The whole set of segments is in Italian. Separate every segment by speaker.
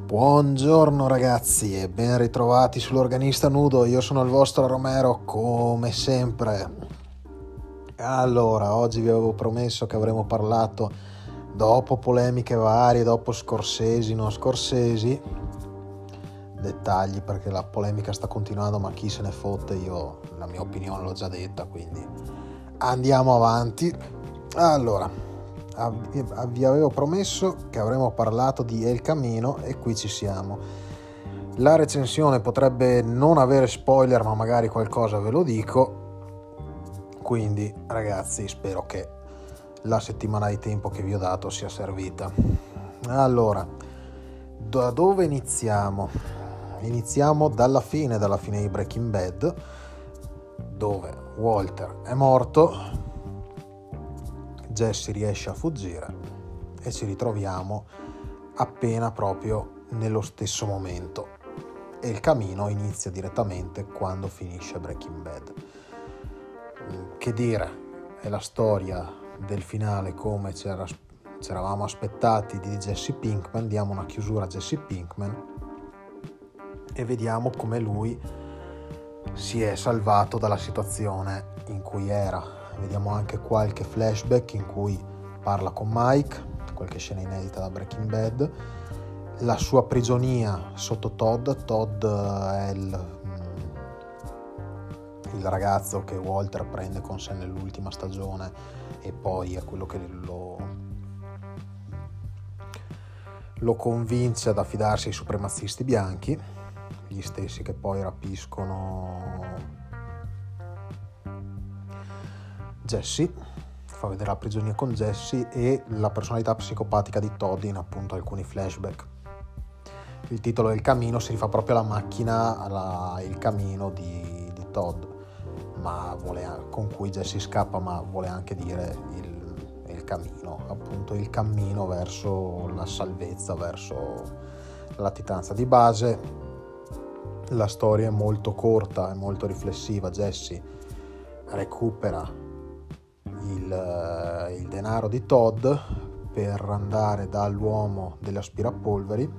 Speaker 1: Buongiorno ragazzi e ben ritrovati sull'Organista Nudo, io sono il vostro Romero come sempre. Allora, oggi vi avevo promesso che avremmo parlato dopo polemiche varie, dopo Scorsesi, non Scorsesi, dettagli perché la polemica sta continuando ma chi se ne fotte, io la mia opinione l'ho già detta, quindi andiamo avanti. Allora, vi avevo promesso che avremmo parlato di El Camino e qui ci siamo. La recensione potrebbe non avere spoiler, ma magari qualcosa ve lo dico, quindi ragazzi spero che la settimana di tempo che vi ho dato sia servita. Allora, da dove iniziamo? Iniziamo dalla fine di Breaking Bad, dove Walter è morto, Jesse riesce a fuggire e ci ritroviamo appena proprio nello stesso momento e il cammino inizia direttamente quando finisce Breaking Bad. Che dire, è la storia del finale come c'eravamo aspettati di Jesse Pinkman. Diamo una chiusura a Jesse Pinkman e vediamo come lui si è salvato dalla situazione in cui era. Vediamo anche qualche flashback in cui parla con Mike, qualche scena inedita da Breaking Bad, la sua prigionia sotto Todd. Todd è il ragazzo che Walter prende con sé nell'ultima stagione e poi è quello che lo convince ad affidarsi ai supremazisti bianchi, gli stessi che poi rapiscono Jesse. Fa vedere la prigionia con Jesse e la personalità psicopatica di Todd in appunto alcuni flashback. Il titolo del camino si rifà proprio alla macchina, il camino di Todd, ma con cui Jesse scappa, ma vuole anche dire il cammino, appunto il cammino verso la salvezza, verso la latitanza. Di base la storia è molto corta, è molto riflessiva. Jesse recupera il denaro di Todd per andare dall'uomo delle aspirapolveri,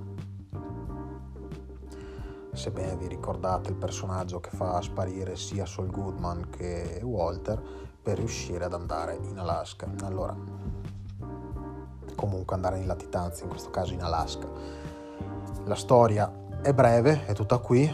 Speaker 1: sebbene vi ricordate il personaggio che fa sparire sia Saul Goodman che Walter, per riuscire ad andare in Alaska. Allora, comunque andare in latitanza, in questo caso in Alaska. La storia è breve, è tutta qui,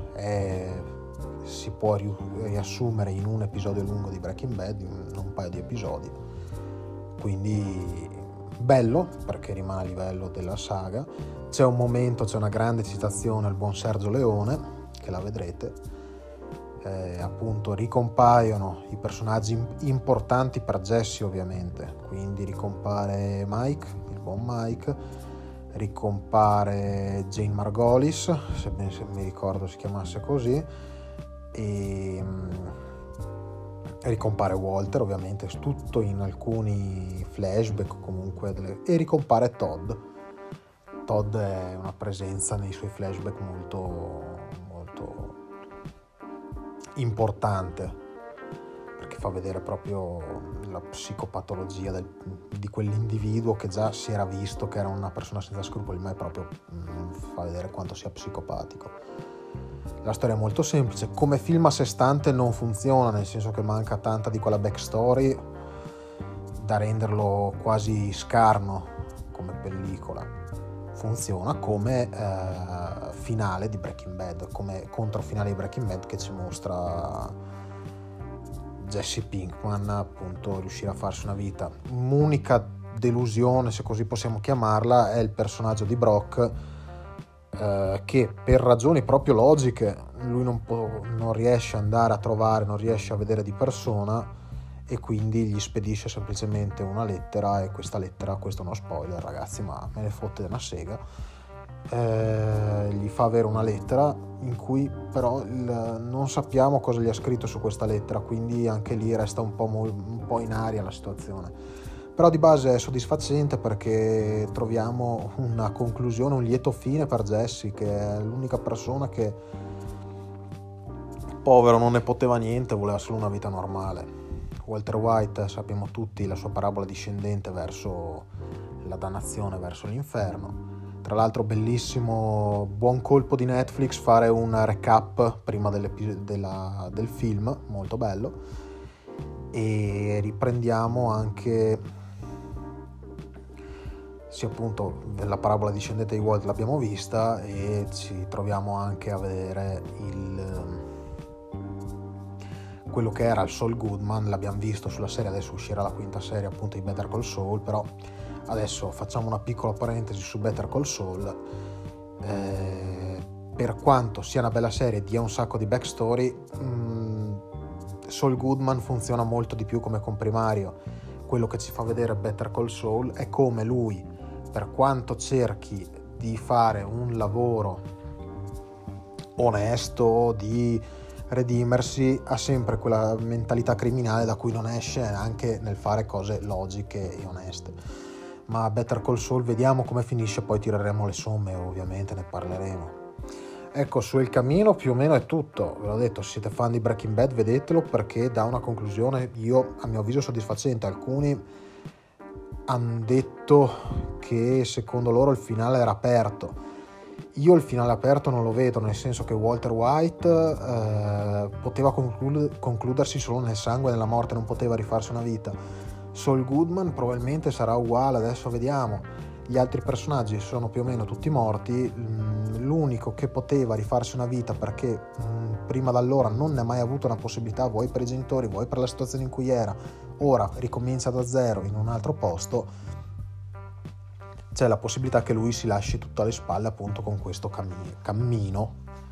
Speaker 1: si può riassumere in un episodio lungo di Breaking Bad, in un paio di episodi, quindi bello perché rimane a livello della saga. C'è una grande citazione al buon Sergio Leone, che la vedrete, appunto ricompaiono i personaggi importanti per Jesse ovviamente, quindi ricompare Mike, il buon Mike, ricompare Jane Margolis, se mi ricordo si chiamasse così, e ricompare Walter ovviamente, tutto in alcuni flashback comunque, e ricompare Todd. Todd è una presenza nei suoi flashback molto molto importante, perché fa vedere proprio la psicopatologia di quell'individuo che già si era visto che era una persona senza scrupoli, ma è proprio fa vedere quanto sia psicopatico. La storia è molto semplice, come film a sé stante non funziona, nel senso che manca tanta di quella backstory da renderlo quasi scarno come pellicola. Funziona come finale di Breaking Bad, come controfinale di Breaking Bad, che ci mostra Jesse Pinkman appunto riuscire a farsi una vita. Un'unica delusione, se così possiamo chiamarla, è il personaggio di Brock, che per ragioni proprio logiche lui non riesce ad andare a trovare, non riesce a vedere di persona, e quindi gli spedisce semplicemente una lettera, e questa lettera, questo è uno spoiler ragazzi ma me ne fotte una sega, gli fa avere una lettera in cui però non sappiamo cosa gli ha scritto su questa lettera, quindi anche lì resta un po' in aria la situazione. Però di base è soddisfacente perché troviamo una conclusione, un lieto fine per Jesse, che è l'unica persona che, povero, non ne poteva niente, voleva solo una vita normale. Walter White, sappiamo tutti la sua parabola discendente verso la dannazione, verso l'inferno. Tra l'altro bellissimo, buon colpo di Netflix fare un recap prima del film, molto bello. E riprendiamo anche, sì, appunto, della parabola discendente di Walt l'abbiamo vista, e ci troviamo anche a vedere quello che era il Saul Goodman, l'abbiamo visto sulla serie, adesso uscirà la quinta serie appunto di Better Call Saul, però adesso facciamo una piccola parentesi su Better Call Saul. Per quanto sia una bella serie, dia un sacco di backstory, Saul Goodman funziona molto di più come comprimario. Quello che ci fa vedere Better Call Saul è come lui, per quanto cerchi di fare un lavoro onesto, di redimersi, ha sempre quella mentalità criminale da cui non esce anche nel fare cose logiche e oneste. Ma Better Call Saul vediamo come finisce, poi tireremo le somme, ovviamente ne parleremo. Ecco, su El Camino più o meno è tutto, ve l'ho detto, se siete fan di Breaking Bad vedetelo, perché dà una conclusione, a mio avviso, soddisfacente. Alcuni hanno detto che secondo loro il finale era aperto. Io il finale aperto non lo vedo, nel senso che Walter White poteva concludersi solo nel sangue e nella morte, non poteva rifarsi una vita. Saul Goodman probabilmente sarà uguale, adesso vediamo. Gli altri personaggi sono più o meno tutti morti, l'unico che poteva rifarsi una vita, perché prima d'allora non ne ha mai avuto una possibilità, vuoi per i genitori, vuoi per la situazione in cui era, ora ricomincia da zero in un altro posto, c'è la possibilità che lui si lasci tutto alle spalle appunto con questo cammino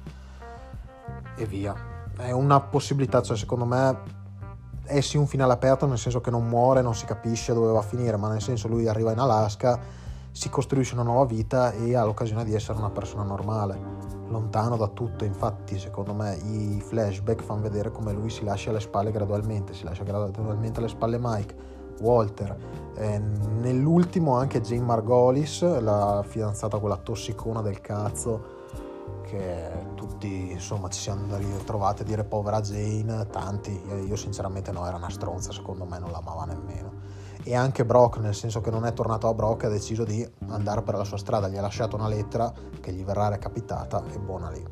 Speaker 1: e via. È una possibilità, cioè secondo me è sì un finale aperto, nel senso che non muore, non si capisce dove va a finire, ma nel senso lui arriva in Alaska, si costruisce una nuova vita e ha l'occasione di essere una persona normale, lontano da tutto. Infatti secondo me i flashback fanno vedere come lui si lascia alle spalle gradualmente, alle spalle Mike, Walter, nell'ultimo anche Jane Margolis, la fidanzata, quella tossicona del cazzo, che tutti insomma ci siamo ritrovati a dire povera Jane, tanti, io sinceramente no, era una stronza, secondo me non l'amava nemmeno. E anche Brock, nel senso che non è tornato a Brock e ha deciso di andare per la sua strada, gli ha lasciato una lettera che gli verrà recapitata e buona lì.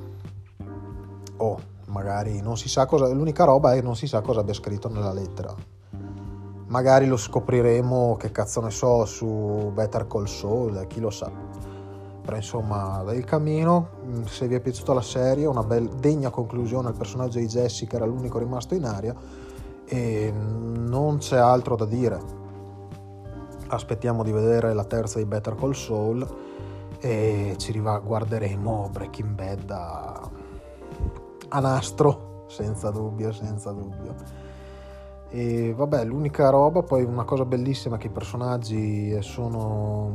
Speaker 1: Magari non si sa cosa, l'unica roba è che non si sa cosa abbia scritto nella lettera. Magari lo scopriremo, che cazzo ne so, su Better Call Saul, chi lo sa. Però insomma, Il Camino, se vi è piaciuta la serie, una degna conclusione al personaggio di Jesse, che era l'unico rimasto in aria, e non c'è altro da dire. Aspettiamo di vedere la terza di Better Call Saul e ci guarderemo Breaking Bad a nastro, senza dubbio. E vabbè, l'unica roba, poi una cosa bellissima, che i personaggi sono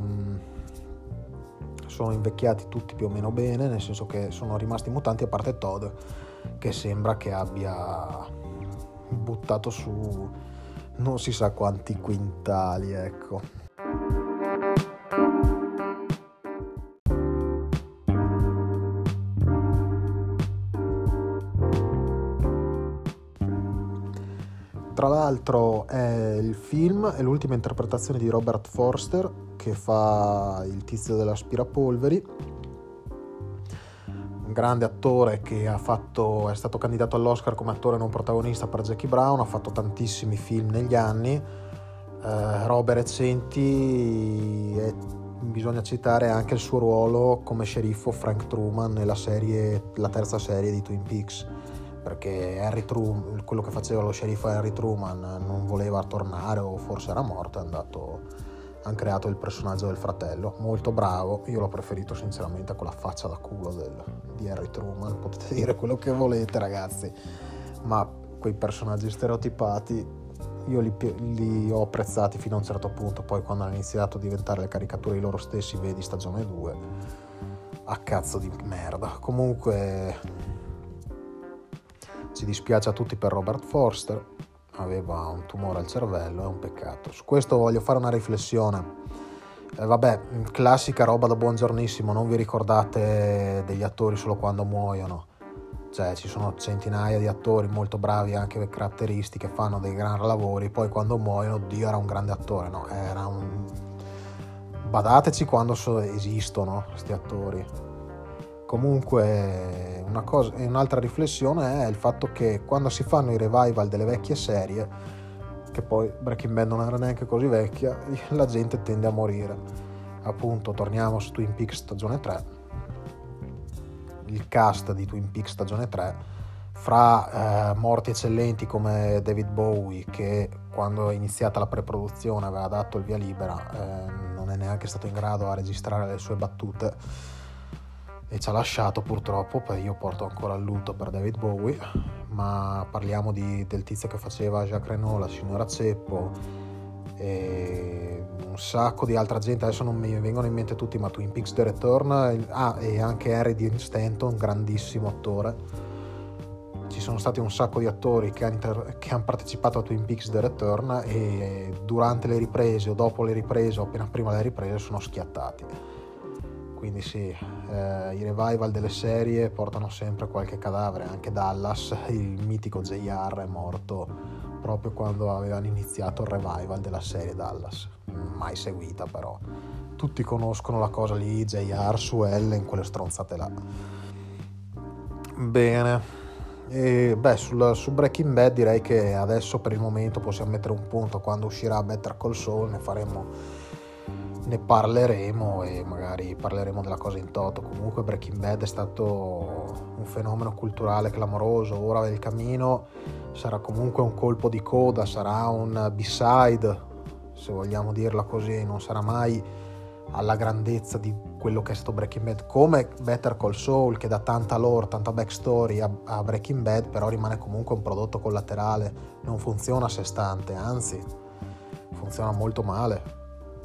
Speaker 1: invecchiati tutti più o meno bene, nel senso che sono rimasti mutanti, a parte Todd, che sembra che abbia buttato su non si sa quanti quintali, ecco. Tra l'altro il film è l'ultima interpretazione di Robert Forster, che fa il tizio dell'aspirapolveri, un grande attore che è stato candidato all'Oscar come attore non protagonista per Jackie Brown, ha fatto tantissimi film negli anni, robe recenti, e bisogna citare anche il suo ruolo come sceriffo Frank Truman nella terza serie di Twin Peaks, perché Harry Truman, quello che faceva lo sceriffo Harry Truman, non voleva tornare, o forse era morto, hanno creato il personaggio del fratello, molto bravo. Io l'ho preferito sinceramente a quella faccia da culo di Harry Truman, potete dire quello che volete ragazzi, ma quei personaggi stereotipati io li ho apprezzati fino a un certo punto, poi quando hanno iniziato a diventare le caricature di loro stessi, vedi stagione 2, a cazzo di merda. Comunque ci dispiace a tutti per Robert Forster, aveva un tumore al cervello, è un peccato. Su questo voglio fare una riflessione. Vabbè, classica roba da buongiornissimo, non vi ricordate degli attori solo quando muoiono. Cioè, ci sono centinaia di attori molto bravi, anche caratteristiche, fanno dei gran lavori, poi quando muoiono, Dio, era un grande attore. No, era un badateci quando esistono questi attori. Comunque un'altra riflessione è il fatto che quando si fanno i revival delle vecchie serie, che poi Breaking Bad non era neanche così vecchia, la gente tende a morire. Appunto, torniamo su Twin Peaks stagione 3, il cast di Twin Peaks stagione 3, fra morti eccellenti come David Bowie, che quando è iniziata la preproduzione aveva dato il via libera, non è neanche stato in grado a registrare le sue battute e ci ha lasciato purtroppo. Io porto ancora il lutto per David Bowie, ma parliamo del tizio che faceva Jacques Renault, la signora Zeppo e un sacco di altra gente, adesso non mi vengono in mente tutti, ma Twin Peaks The Return, e anche Harry Dean Stanton, grandissimo attore. Ci sono stati un sacco di attori che hanno partecipato a Twin Peaks The Return e durante le riprese o dopo le riprese o appena prima delle riprese sono schiattati. Quindi sì, i revival delle serie portano sempre qualche cadavere. Anche Dallas, il mitico JR, è morto proprio quando avevano iniziato il revival della serie Dallas, mai seguita però. Tutti conoscono la cosa lì, JR su Ellen, quelle stronzate là. Bene, e su Breaking Bad direi che adesso per il momento possiamo mettere un punto. Quando uscirà Better Call Saul ne parleremo e magari parleremo della cosa in toto. Comunque Breaking Bad è stato un fenomeno culturale clamoroso. Ora El Camino sarà comunque un colpo di coda, sarà un B-side, se vogliamo dirla così, non sarà mai alla grandezza di quello che è stato Breaking Bad, come Better Call Saul, che dà tanta lore, tanta backstory a Breaking Bad, però rimane comunque un prodotto collaterale, non funziona a sé stante, anzi funziona molto male.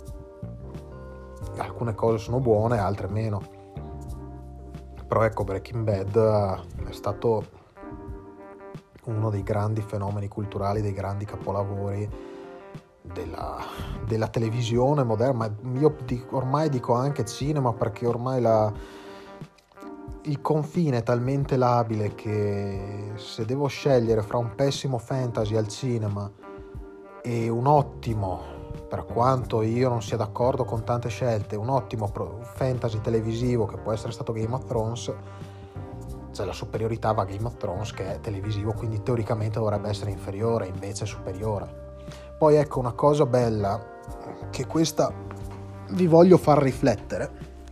Speaker 1: Alcune cose sono buone, altre meno, però ecco, Breaking Bad è stato uno dei grandi fenomeni culturali, dei grandi capolavori della televisione moderna. Io ormai dico anche cinema, perché ormai il confine è talmente labile che se devo scegliere fra un pessimo fantasy al cinema e un ottimo, per quanto io non sia d'accordo con tante scelte, un ottimo fantasy televisivo che può essere stato Game of Thrones, cioè la superiorità va a Game of Thrones, che è televisivo, quindi teoricamente dovrebbe essere inferiore, invece è superiore. Poi ecco una cosa bella, che questa vi voglio far riflettere: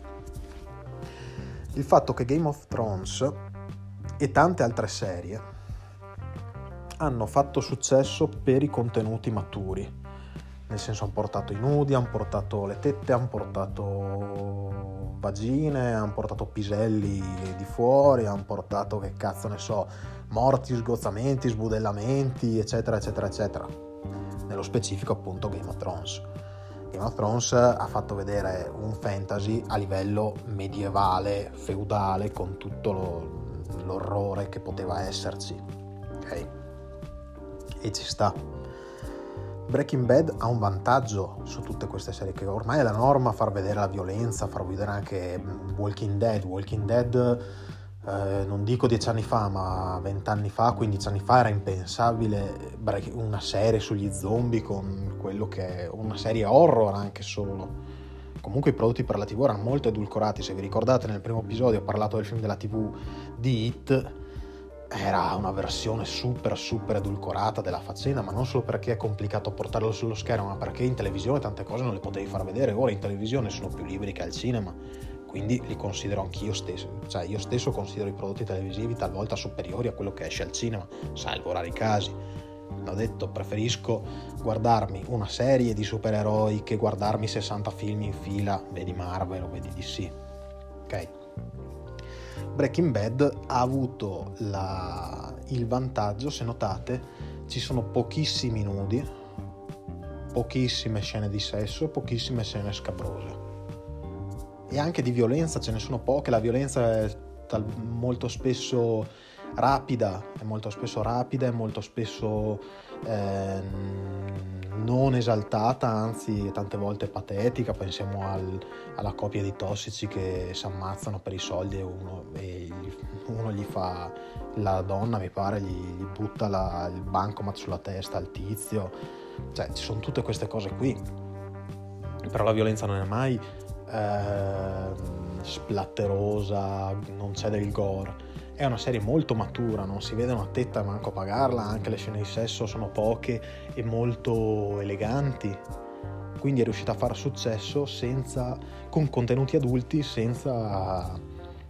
Speaker 1: il fatto che Game of Thrones e tante altre serie hanno fatto successo per i contenuti maturi. Nel senso, hanno portato i nudi, hanno portato le tette, hanno portato vagine, hanno portato piselli di fuori, hanno portato, che cazzo ne so, morti, sgozzamenti, sbudellamenti, eccetera, eccetera, eccetera. Nello specifico appunto Game of Thrones. Game of Thrones ha fatto vedere un fantasy a livello medievale, feudale, con tutto l'orrore che poteva esserci. Ok? E ci sta. Breaking Bad ha un vantaggio su tutte queste serie, che ormai è la norma far vedere la violenza, far vedere anche Walking Dead, non dico 10 anni fa, ma 20 anni fa, 15 anni fa era impensabile una serie sugli zombie con quello che è una serie horror anche solo. Comunque i prodotti per la TV erano molto edulcorati. Se vi ricordate, nel primo episodio ho parlato del film della TV di It. Era una versione super edulcorata della faccenda, ma non solo perché è complicato portarlo sullo schermo, ma perché in televisione tante cose non le potevi far vedere. Ora in televisione sono più liberi che al cinema, quindi li considero anch'io stesso, cioè io stesso considero i prodotti televisivi talvolta superiori a quello che esce al cinema, salvo rari casi. L'ho detto, preferisco guardarmi una serie di supereroi che guardarmi 60 film in fila, vedi Marvel o vedi DC. Ok? Breaking Bad ha avuto il vantaggio, se notate, ci sono pochissimi nudi, pochissime scene di sesso, pochissime scene scabrose. E anche di violenza ce ne sono poche. La violenza è molto spesso rapida, è molto spesso non esaltata, anzi tante volte patetica. Pensiamo alla coppia di tossici che si ammazzano per i soldi e uno gli fa, la donna mi pare, gli butta il bancomat sulla testa al tizio. Cioè ci sono tutte queste cose qui. però la violenza non è mai splatterosa, non c'è del gore. È una serie molto matura, non si vede una tetta manco a pagarla, anche le scene di sesso sono poche e molto eleganti, quindi è riuscita a fare successo con contenuti adulti, senza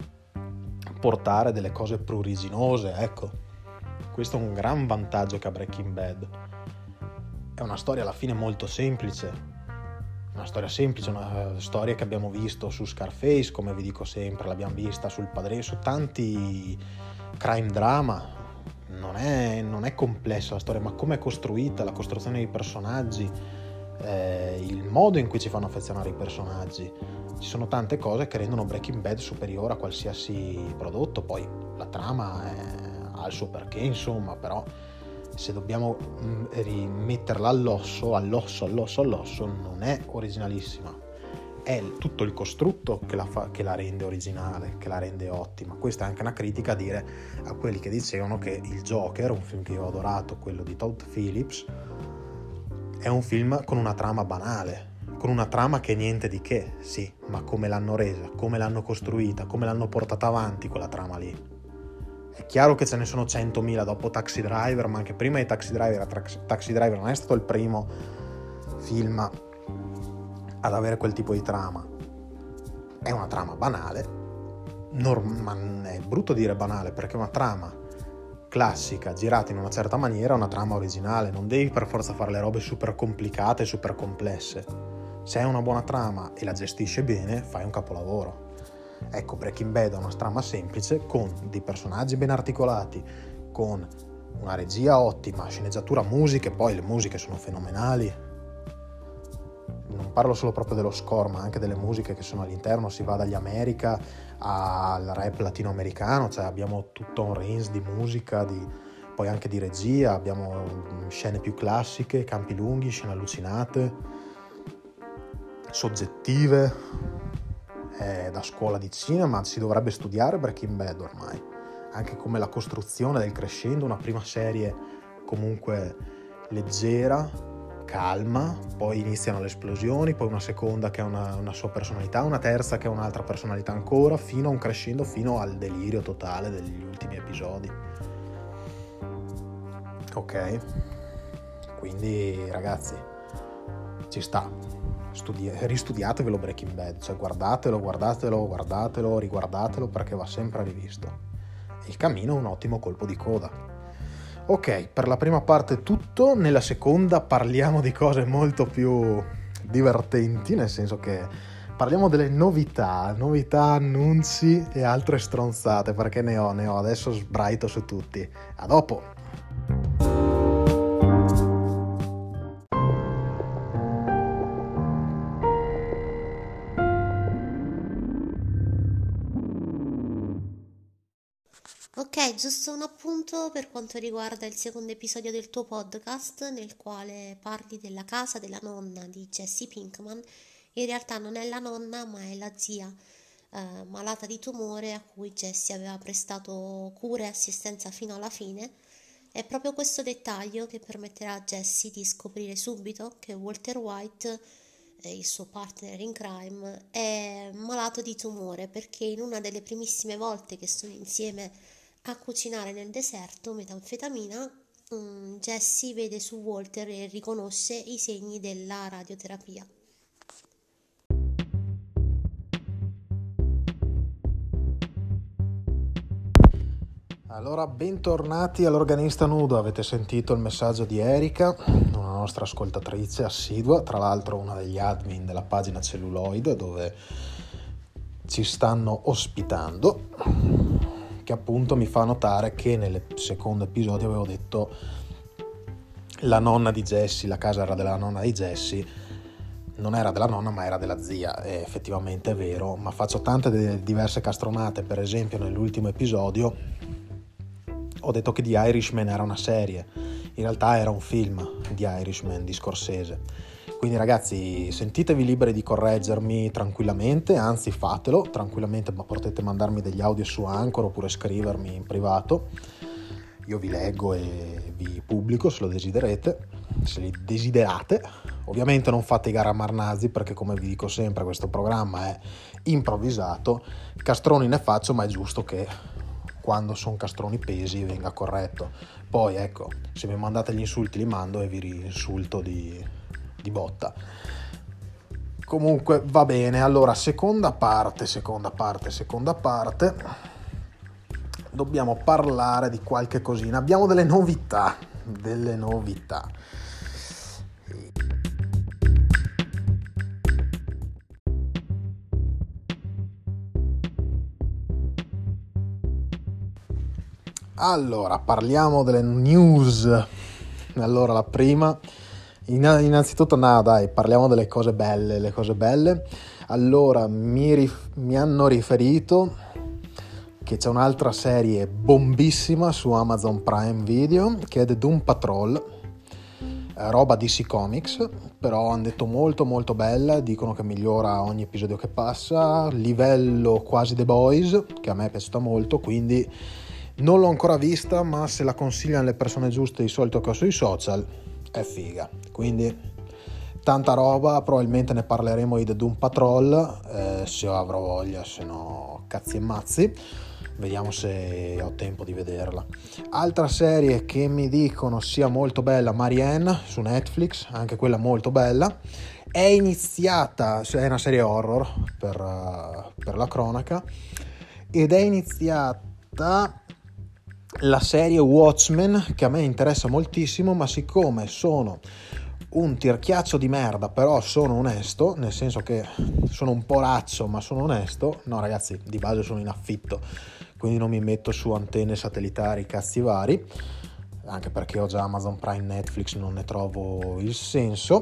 Speaker 1: portare delle cose pruriginose, ecco. Questo è un gran vantaggio che ha Breaking Bad. È una storia alla fine molto semplice, una storia che abbiamo visto su Scarface, come vi dico sempre, l'abbiamo vista sul Padre, su tanti crime drama. Non è complessa la storia, ma come è costruita, la costruzione dei personaggi, il modo in cui ci fanno affezionare i personaggi. Ci sono tante cose che rendono Breaking Bad superiore a qualsiasi prodotto. Poi la trama ha il suo perché, insomma, però se dobbiamo rimetterla all'osso, non è originalissima. È tutto il costrutto che la rende originale, che la rende ottima. Questa è anche una critica a dire a quelli che dicevano che il Joker, un film che io ho adorato, quello di Todd Phillips, è un film con una trama banale, con una trama che è niente di che, sì, ma come l'hanno resa, come l'hanno costruita, come l'hanno portata avanti quella trama lì. È chiaro che ce ne sono 100.000 dopo Taxi Driver, ma anche prima di Taxi Driver non è stato il primo film ad avere quel tipo di trama. È una trama banale, ma è brutto dire banale, perché è una trama classica, girata in una certa maniera, è una trama originale. Non devi per forza fare le robe super complicate e super complesse. Se hai una buona trama e la gestisci bene, fai un capolavoro. Ecco, Breaking Bad è una trama semplice, con dei personaggi ben articolati, con una regia ottima, sceneggiatura, musiche, poi le musiche sono fenomenali. Non parlo solo proprio dello score, ma anche delle musiche che sono all'interno. Si va dagli America al rap latinoamericano, cioè abbiamo tutto un range di musica, poi anche di regia, abbiamo scene più classiche, campi lunghi, scene allucinate, soggettive. Da scuola di cinema si dovrebbe studiare Breaking Bad ormai, anche come la costruzione del crescendo. Una prima serie comunque leggera, calma, poi iniziano le esplosioni, poi una seconda che ha una sua personalità, una terza che ha un'altra personalità ancora, fino a un crescendo, fino al delirio totale degli ultimi episodi. Ok, quindi ragazzi, ci sta. Ristudiatevelo Breaking Bad, cioè guardatelo, riguardatelo, perché va sempre rivisto. Il Camino è un ottimo colpo di coda. Ok, per la prima parte è tutto. Nella seconda parliamo di cose molto più divertenti, nel senso che parliamo delle novità, annunci e altre stronzate, perché ne ho, adesso sbraito su tutti. A dopo!
Speaker 2: Ok, giusto un appunto per quanto riguarda il secondo episodio del tuo podcast, nel quale parli della casa della nonna di Jesse Pinkman. In realtà non è la nonna, ma è la zia malata di tumore a cui Jesse aveva prestato cura e assistenza fino alla fine. È proprio questo dettaglio che permetterà a Jesse di scoprire subito che Walter White, il suo partner in crime, è malato di tumore, perché in una delle primissime volte che sono insieme a cucinare nel deserto metanfetamina, Jesse vede su Walter e riconosce i segni della radioterapia.
Speaker 1: Allora, bentornati all'Organista Nudo. Avete sentito il messaggio di Erika, una nostra ascoltatrice assidua, tra l'altro una degli admin della pagina Celluloid, dove ci stanno ospitando, che appunto mi fa notare che nel secondo episodio avevo detto la nonna di Jesse, la casa era della nonna di Jesse. Non era della nonna, ma era della zia, e effettivamente è vero, ma faccio tante diverse castronate. Per esempio nell'ultimo episodio ho detto che The Irishman era una serie, in realtà era un film, The Irishman di Scorsese. Quindi ragazzi, sentitevi liberi di correggermi tranquillamente, anzi fatelo tranquillamente, ma potete mandarmi degli audio su Anchor oppure scrivermi in privato. Io vi leggo e vi pubblico se lo desiderate, se li desiderate. Ovviamente non fate i Garamarnazzi, perché come vi dico sempre questo programma è improvvisato, castroni ne faccio, ma è giusto che quando sono castroni pesi venga corretto. Poi ecco, se mi mandate gli insulti li mando e vi rinsulto di botta. Comunque va bene, allora seconda parte, dobbiamo parlare di qualche cosina, abbiamo delle novità. Allora, parliamo delle news. Allora, la prima, innanzitutto, parliamo delle cose belle. Allora, mi hanno riferito che c'è un'altra serie bombissima su Amazon Prime Video, che è The Doom Patrol, roba DC Comics, però hanno detto molto molto bella, dicono che migliora ogni episodio che passa, livello quasi The Boys, che a me è piaciuta molto, quindi non l'ho ancora vista, ma se la consigliano le persone giuste, di solito che ho sui social, è figa. Quindi tanta roba, probabilmente ne parleremo di The Doom Patrol, se avrò voglia, se no cazzi e mazzi. Vediamo se ho tempo di vederla. Altra serie che mi dicono sia molto bella, Marianne, su Netflix, anche quella molto bella. È iniziata, è una serie horror per la cronaca, ed è iniziata la serie Watchmen, che a me interessa moltissimo, ma siccome sono un tirchiaccio di merda, però sono onesto, nel senso che sono un poraccio ma sono onesto, no ragazzi, di base sono in affitto, quindi non mi metto su antenne satellitari, cazzi vari, anche perché ho già Amazon Prime, Netflix, non ne trovo il senso.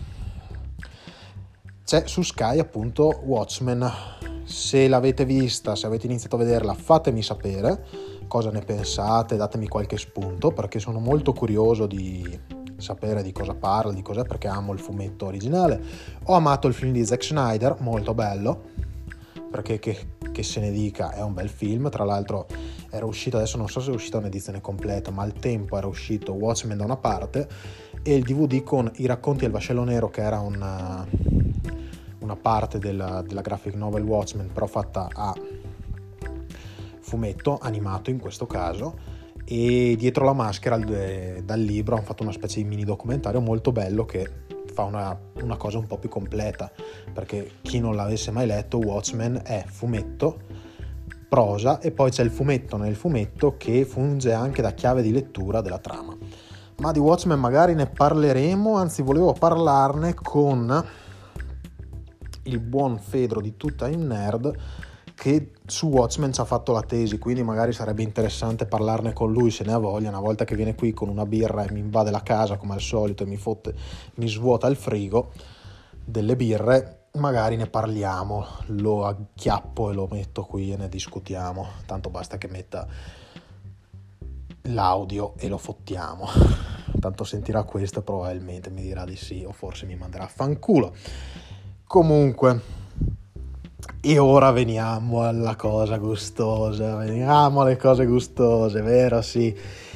Speaker 1: C'è su Sky appunto Watchmen, se l'avete vista, se avete iniziato a vederla, fatemi sapere cosa ne pensate, datemi qualche spunto, perché sono molto curioso di sapere di cosa parla, di cos'è, perché amo il fumetto originale. Ho amato il film di Zack Snyder, molto bello, perché che se ne dica, è un bel film. Tra l'altro era uscito, adesso non so se è uscita un'edizione completa, ma al tempo era uscito Watchmen da una parte e il DVD con i racconti del vascello nero, che era una parte della graphic novel Watchmen, però fatta a fumetto animato in questo caso, e dietro la maschera dal libro hanno fatto una specie di mini documentario molto bello che fa una cosa un po' più completa, perché chi non l'avesse mai letto, Watchmen è fumetto, prosa, e poi c'è il fumetto nel fumetto che funge anche da chiave di lettura della trama. Ma di Watchmen magari ne parleremo, anzi volevo parlarne con il buon Fedro di Two Time Nerd, che su Watchmen ci ha fatto la tesi, quindi magari sarebbe interessante parlarne con lui se ne ha voglia, una volta che viene qui con una birra e mi invade la casa come al solito e mi svuota il frigo delle birre, magari ne parliamo, lo acchiappo e lo metto qui e ne discutiamo, tanto basta che metta l'audio e lo fottiamo, tanto sentirà questo e probabilmente mi dirà di sì, o forse mi manderà a fanculo. Comunque, e ora veniamo alle cose gustose, vero? Sì.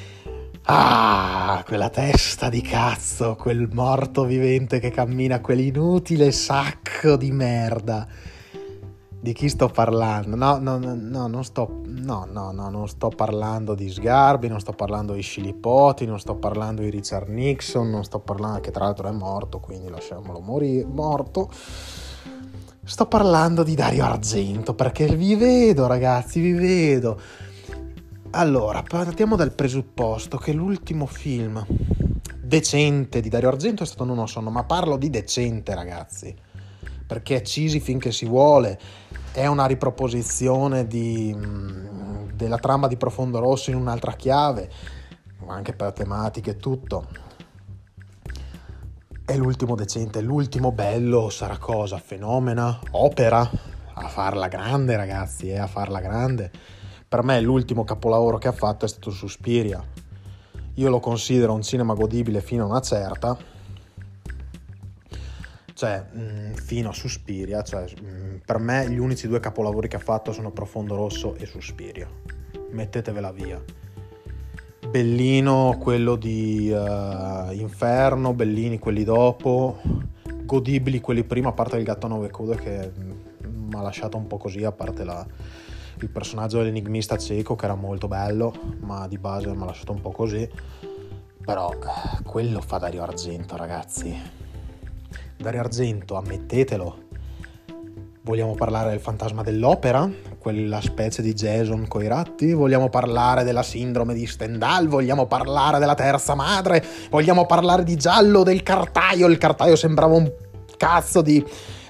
Speaker 1: Quella testa di cazzo, quel morto vivente che cammina, quell'inutile sacco di merda. Di chi sto parlando? No, non sto parlando di Sgarbi, non sto parlando di Scilipoti, non sto parlando di Richard Nixon, non sto parlando, che tra l'altro è morto, quindi lasciamolo morire, morto. Sto parlando di Dario Argento, perché vi vedo, ragazzi, vi vedo. Allora, partiamo dal presupposto che l'ultimo film decente di Dario Argento è stato Non ho sonno, ma parlo di decente, ragazzi, perché è cheesy finché si vuole, è una riproposizione della trama di Profondo Rosso in un'altra chiave, anche per tematiche e tutto. È l'ultimo decente, l'ultimo bello sarà cosa? Fenomena? Opera? A farla grande, ragazzi, a farla grande. Per me l'ultimo capolavoro che ha fatto è stato Suspiria. Io lo considero un cinema godibile fino a una certa, cioè fino a Suspiria, cioè per me gli unici due capolavori che ha fatto sono Profondo Rosso e Suspiria. Mettetevela via. bellino quello di Inferno, bellini quelli dopo, godibili quelli prima, a parte il gatto a 9 code che mi ha lasciato un po' così, a parte il personaggio dell'enigmista cieco che era molto bello, ma di base mi ha lasciato un po' così. Però quello fa Dario Argento, ragazzi. Dario Argento, ammettetelo. Vogliamo parlare del fantasma dell'opera, quella specie di Jason coi ratti? Vogliamo parlare della sindrome di Stendhal? Vogliamo parlare della terza madre? Vogliamo parlare di Giallo, del Cartaio? Il Cartaio sembrava un cazzo di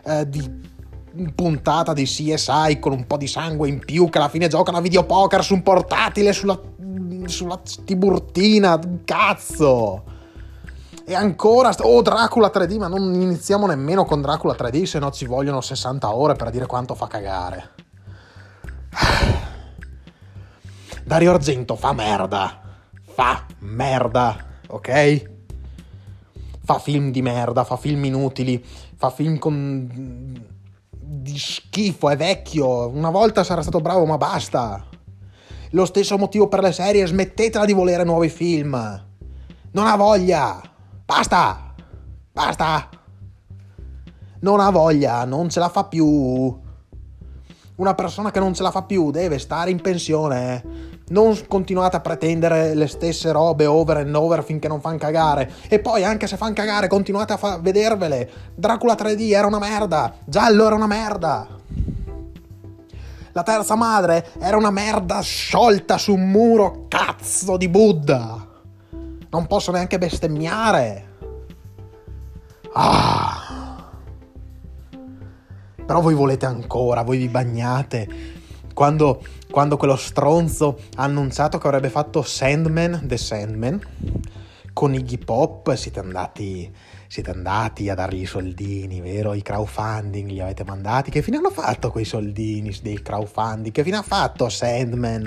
Speaker 1: puntata di CSI con un po' di sangue in più, che alla fine giocano a videopoker su un portatile sulla Tiburtina, cazzo. E ancora Dracula 3D, ma non iniziamo nemmeno con Dracula 3D, se no ci vogliono 60 ore per dire quanto fa cagare. Dario Argento fa merda, ok? Fa film di merda, fa film inutili, fa film di schifo, è vecchio, una volta sarà stato bravo ma basta. Lo stesso motivo per le serie, smettetela di volere nuovi film, non ha voglia, basta, non ha voglia, non ce la fa più. Una persona che non ce la fa più deve stare in pensione. Non continuate a pretendere le stesse robe over and over finché non fan cagare. E poi anche se fan cagare continuate a vedervele. Dracula 3D era una merda, Giallo era una merda, La terza madre era una merda sciolta su un muro, cazzo di Buddha. Non posso neanche bestemmiare. Però voi volete ancora, voi vi bagnate. Quando quello stronzo ha annunciato che avrebbe fatto The Sandman con Iggy Pop, siete andati a dargli i soldini, vero? I crowdfunding li avete mandati. Che fine hanno fatto quei soldini del crowdfunding? Che fine ha fatto Sandman?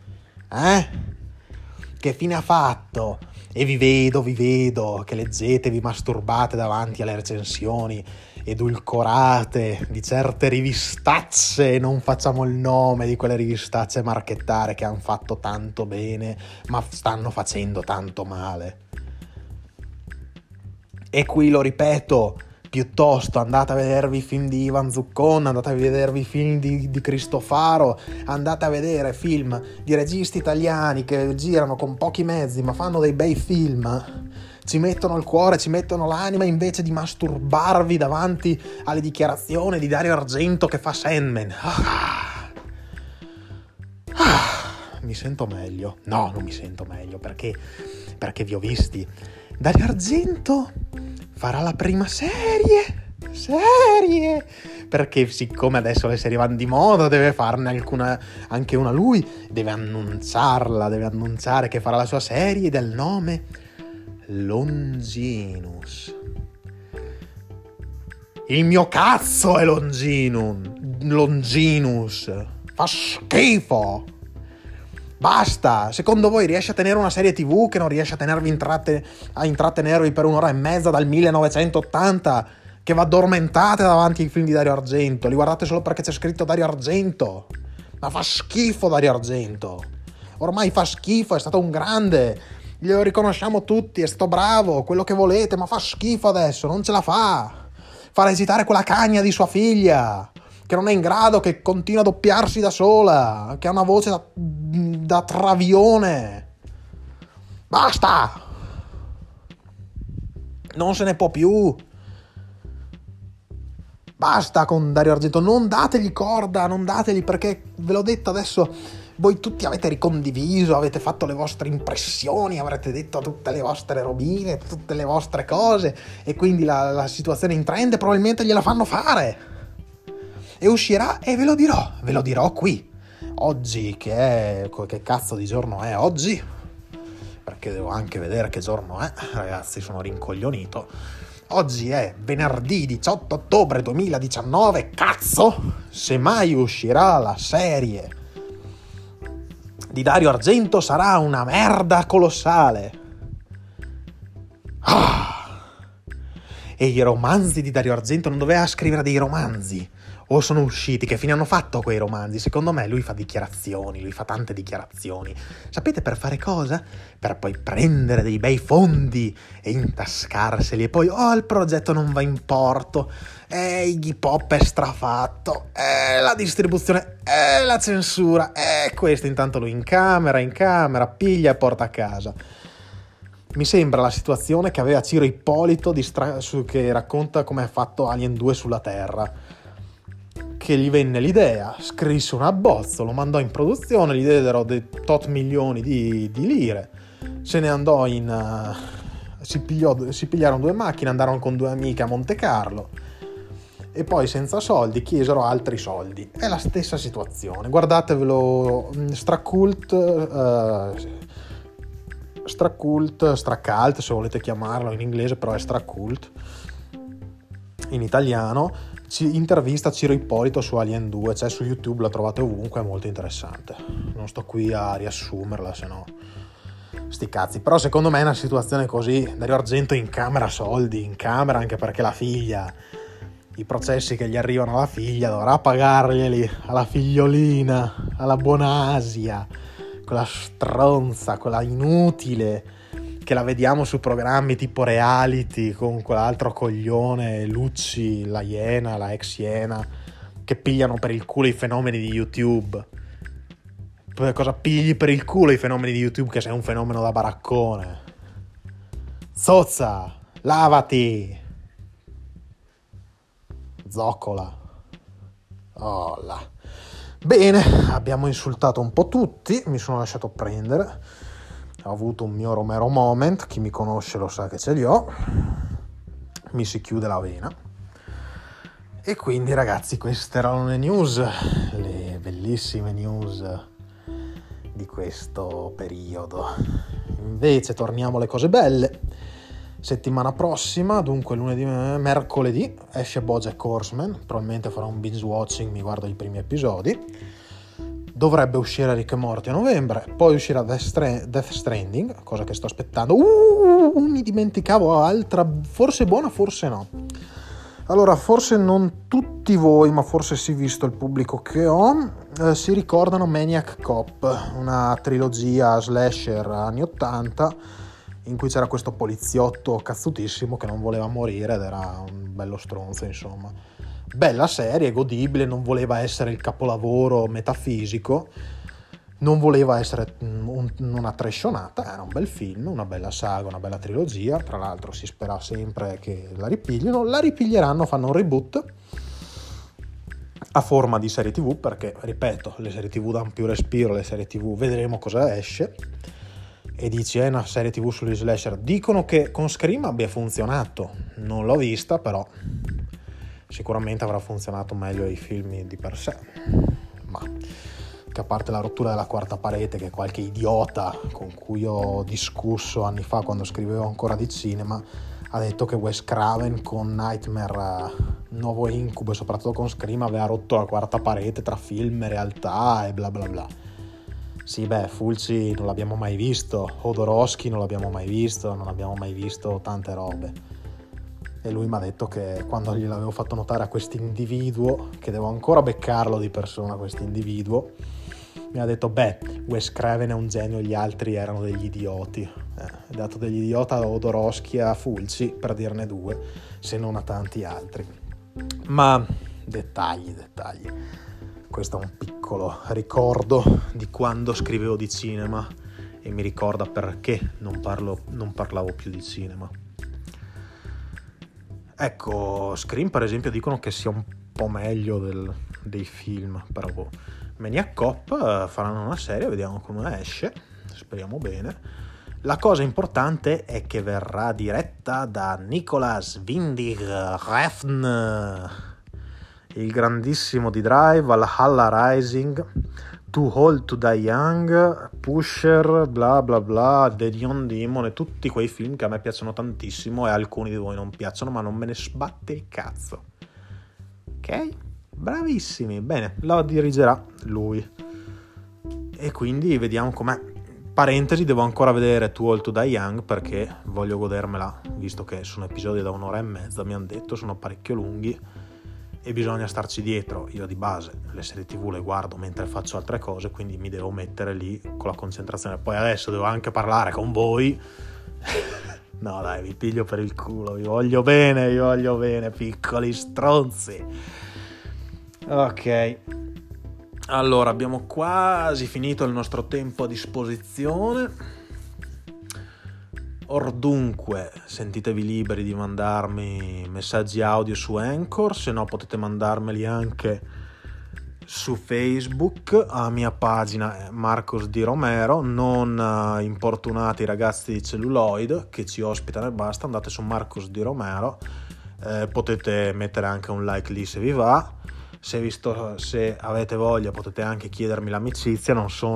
Speaker 1: Che fine ha fatto? E vi vedo che leggete, vi masturbate davanti alle recensioni edulcorate di certe rivistacce, non facciamo il nome di quelle rivistacce marchettare che hanno fatto tanto bene ma stanno facendo tanto male. E qui lo ripeto, piuttosto andate a vedervi i film di Ivan Zuccon, andate a vedervi i film di Cristofaro, andate a vedere film di registi italiani che girano con pochi mezzi ma fanno dei bei film, ci mettono il cuore, ci mettono l'anima, invece di masturbarvi davanti alle dichiarazioni di Dario Argento che fa Sandman. Mi sento meglio. No, non mi sento meglio perché vi ho visti. Dario Argento farà la prima serie, perché siccome adesso le serie vanno di moda deve farne anche una lui, deve annunciare che farà la sua serie del nome Longinus. Il mio cazzo è Longinus, fa schifo. Basta, secondo voi riesce a tenere una serie TV che non riesce a tenervi a intrattenervi per un'ora e mezza dal 1980, che va addormentate davanti ai film di Dario Argento, li guardate solo perché c'è scritto Dario Argento? Ma fa schifo Dario Argento, ormai fa schifo, è stato un grande, glielo riconosciamo tutti, è stato bravo, quello che volete, ma fa schifo adesso, non ce la fa recitare quella cagna di sua figlia, che non è in grado, che continua a doppiarsi da sola, che ha una voce da travione. Basta! Non se ne può più. Basta con Dario Argento, non dategli corda, perché ve l'ho detto adesso, voi tutti avete ricondiviso, avete fatto le vostre impressioni, avrete detto tutte le vostre robine, tutte le vostre cose, e quindi la situazione in trend probabilmente gliela fanno fare. E uscirà e ve lo dirò qui. Oggi che cazzo di giorno è oggi? Perché devo anche vedere che giorno è, ragazzi, sono rincoglionito. Oggi è venerdì 18 ottobre 2019, cazzo! Se mai uscirà la serie di Dario Argento sarà una merda colossale. E i romanzi di Dario Argento, non doveva scrivere dei romanzi? O sono usciti? Che fine hanno fatto quei romanzi? Secondo me lui fa dichiarazioni, lui fa tante dichiarazioni. Sapete per fare cosa? Per poi prendere dei bei fondi e intascarseli e poi il progetto non va in porto, Iggy Pop è strafatto, la distribuzione, la censura, questo intanto lui in camera, piglia e porta a casa. Mi sembra la situazione che aveva Ciro Ippolito che racconta come è fatto Alien 2 sulla Terra, che gli venne l'idea, scrisse un abbozzo, lo mandò in produzione, gli diedero dei tot milioni di lire, se ne andò si pigliarono 2 macchine, andarono con 2 amiche a Monte Carlo e poi senza soldi chiesero altri soldi. È la stessa situazione, guardatevelo, Stracult se volete chiamarlo in inglese, però è Stracult in italiano. Intervista Ciro Ippolito su Alien 2, c'è su YouTube, la trovate ovunque, è molto interessante, non sto qui a riassumerla, se no sti cazzi. Però secondo me è una situazione così, Dario Argento in camera soldi, in camera, anche perché la figlia, i processi che gli arrivano alla figlia dovrà pagarglieli, alla figliolina, alla Bonasia, quella stronza, quella inutile, che la vediamo su programmi tipo reality con quell'altro coglione, Lucci, la Iena, la ex Iena, che pigliano per il culo i fenomeni di YouTube. Cosa pigli per il culo i fenomeni di YouTube, che sei un fenomeno da baraccone? Zozza, lavati, zoccola. Oh là. Bene, abbiamo insultato un po' tutti, mi sono lasciato prendere, ho avuto un mio Romero moment, chi mi conosce lo sa che ce li ho, mi si chiude la vena. E quindi ragazzi, queste erano le news, le bellissime news di questo periodo. Invece torniamo alle cose belle. Settimana prossima, dunque mercoledì, esce BoJack Horseman, probabilmente farò un binge watching, mi guardo i primi episodi. Dovrebbe uscire Rick e Morty a novembre, poi uscirà Death Stranding, cosa che sto aspettando. Mi dimenticavo altra, forse buona, forse no. Allora, forse non tutti voi, ma forse sì, visto il pubblico che ho, si ricordano Maniac Cop, una trilogia slasher anni 80, in cui c'era questo poliziotto cazzutissimo che non voleva morire ed era un bello stronzo, insomma. Bella serie, godibile, non voleva essere il capolavoro metafisico, non voleva essere una trashonata, era un bel film, una bella saga, una bella trilogia. Tra l'altro si spera sempre che la ripiglieranno, fanno un reboot a forma di serie TV, perché, ripeto, le serie TV danno più respiro, le serie TV, vedremo cosa esce. E dici, è una serie TV sugli slasher. Dicono che con Scream abbia funzionato, non l'ho vista, però sicuramente avrà funzionato meglio ai film di per sé. Ma che a parte la rottura della quarta parete, che qualche idiota con cui ho discusso anni fa quando scrivevo ancora di cinema ha detto che Wes Craven con Nightmare, Nuovo Incubo e soprattutto con Scream aveva rotto la quarta parete tra film e realtà e bla bla bla. Sì, Fulci non l'abbiamo mai visto, Jodorowsky non l'abbiamo mai visto, non abbiamo mai visto tante robe. E lui mi ha detto che quando gliel'avevo fatto notare a quest'individuo, che devo ancora beccarlo di persona, quest'individuo, mi ha detto, Wes Craven è un genio, gli altri erano degli idioti. Ha dato degli idioti a Jodorowsky e a Fulci, per dirne due, se non a tanti altri. Ma dettagli. Questo è un piccolo ricordo di quando scrivevo di cinema e mi ricorda perché non parlavo più di cinema. Ecco, Scream per esempio dicono che sia un po' meglio dei film, però Maniac Cop faranno una serie, vediamo come esce, speriamo bene. La cosa importante è che verrà diretta da Nicolas Winding Refn, il grandissimo di Drive, Valhalla Rising, Too Old to Die Young, Pusher, bla bla bla, The Neon Demon e tutti quei film che a me piacciono tantissimo e alcuni di voi non piacciono, ma non me ne sbatte il cazzo. Ok? Bravissimi. Bene, la dirigerà lui. E quindi vediamo com'è. Parentesi, devo ancora vedere Too Old to Die Young perché voglio godermela, visto che sono episodi da 1 ora e mezza, mi hanno detto, sono parecchio lunghi e bisogna starci dietro. Io di base le serie TV le guardo mentre faccio altre cose, quindi mi devo mettere lì con la concentrazione. Poi adesso devo anche parlare con voi. No dai, vi piglio per il culo, vi voglio bene, piccoli stronzi. Ok, allora abbiamo quasi finito il nostro tempo a disposizione. Ordunque sentitevi liberi di mandarmi messaggi audio su Anchor, se no potete mandarmeli anche su Facebook, a mia pagina Marcos Di Romero. Non importunate i ragazzi di Celluloid che ci ospitano e basta, andate su Marcos Di Romero, potete mettere anche un like lì se vi va. Se avete voglia potete anche chiedermi l'amicizia,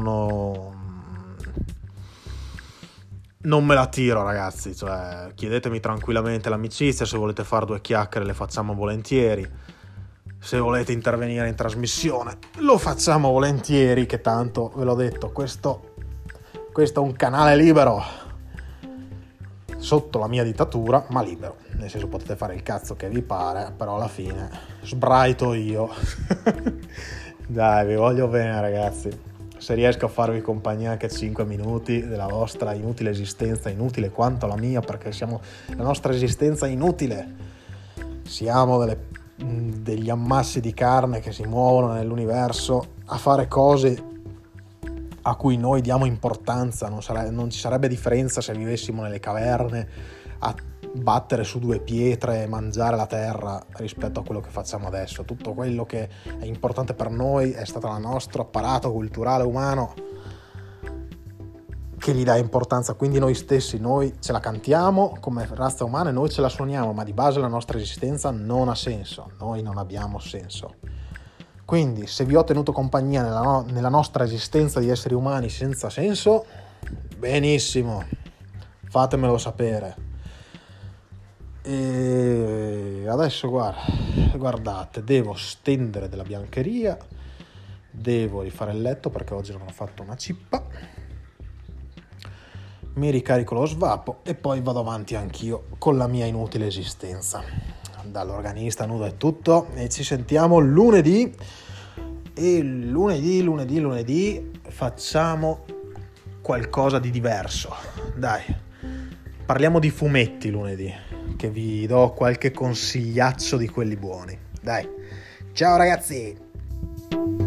Speaker 1: non me la tiro ragazzi, cioè chiedetemi tranquillamente l'amicizia, se volete fare 2 chiacchiere le facciamo volentieri, se volete intervenire in trasmissione lo facciamo volentieri, che tanto ve l'ho detto, questo è un canale libero sotto la mia dittatura, ma libero, nel senso potete fare il cazzo che vi pare, però alla fine sbraito io. Dai, vi voglio bene ragazzi, se riesco a farvi compagnia anche 5 minuti della vostra inutile esistenza, inutile quanto la mia, perché la nostra esistenza è inutile, siamo degli ammassi di carne che si muovono nell'universo a fare cose a cui noi diamo importanza. Non ci sarebbe differenza se vivessimo nelle caverne a battere su 2 pietre e mangiare la terra rispetto a quello che facciamo adesso. Tutto quello che è importante per noi è stato il nostro apparato culturale umano che gli dà importanza, quindi noi stessi, noi ce la cantiamo come razza umana e noi ce la suoniamo, ma di base la nostra esistenza non ha senso, noi non abbiamo senso. Quindi se vi ho tenuto compagnia nella nostra esistenza di esseri umani senza senso, benissimo, fatemelo sapere. E adesso guardate, devo stendere della biancheria, devo rifare il letto perché oggi non ho fatto una cippa, mi ricarico lo svapo e poi vado avanti anch'io con la mia inutile esistenza. Dall'organista nudo è tutto e ci sentiamo lunedì. E lunedì facciamo qualcosa di diverso. Dai, parliamo di fumetti lunedì, che vi do qualche consigliaccio di quelli buoni. Dai, ciao ragazzi!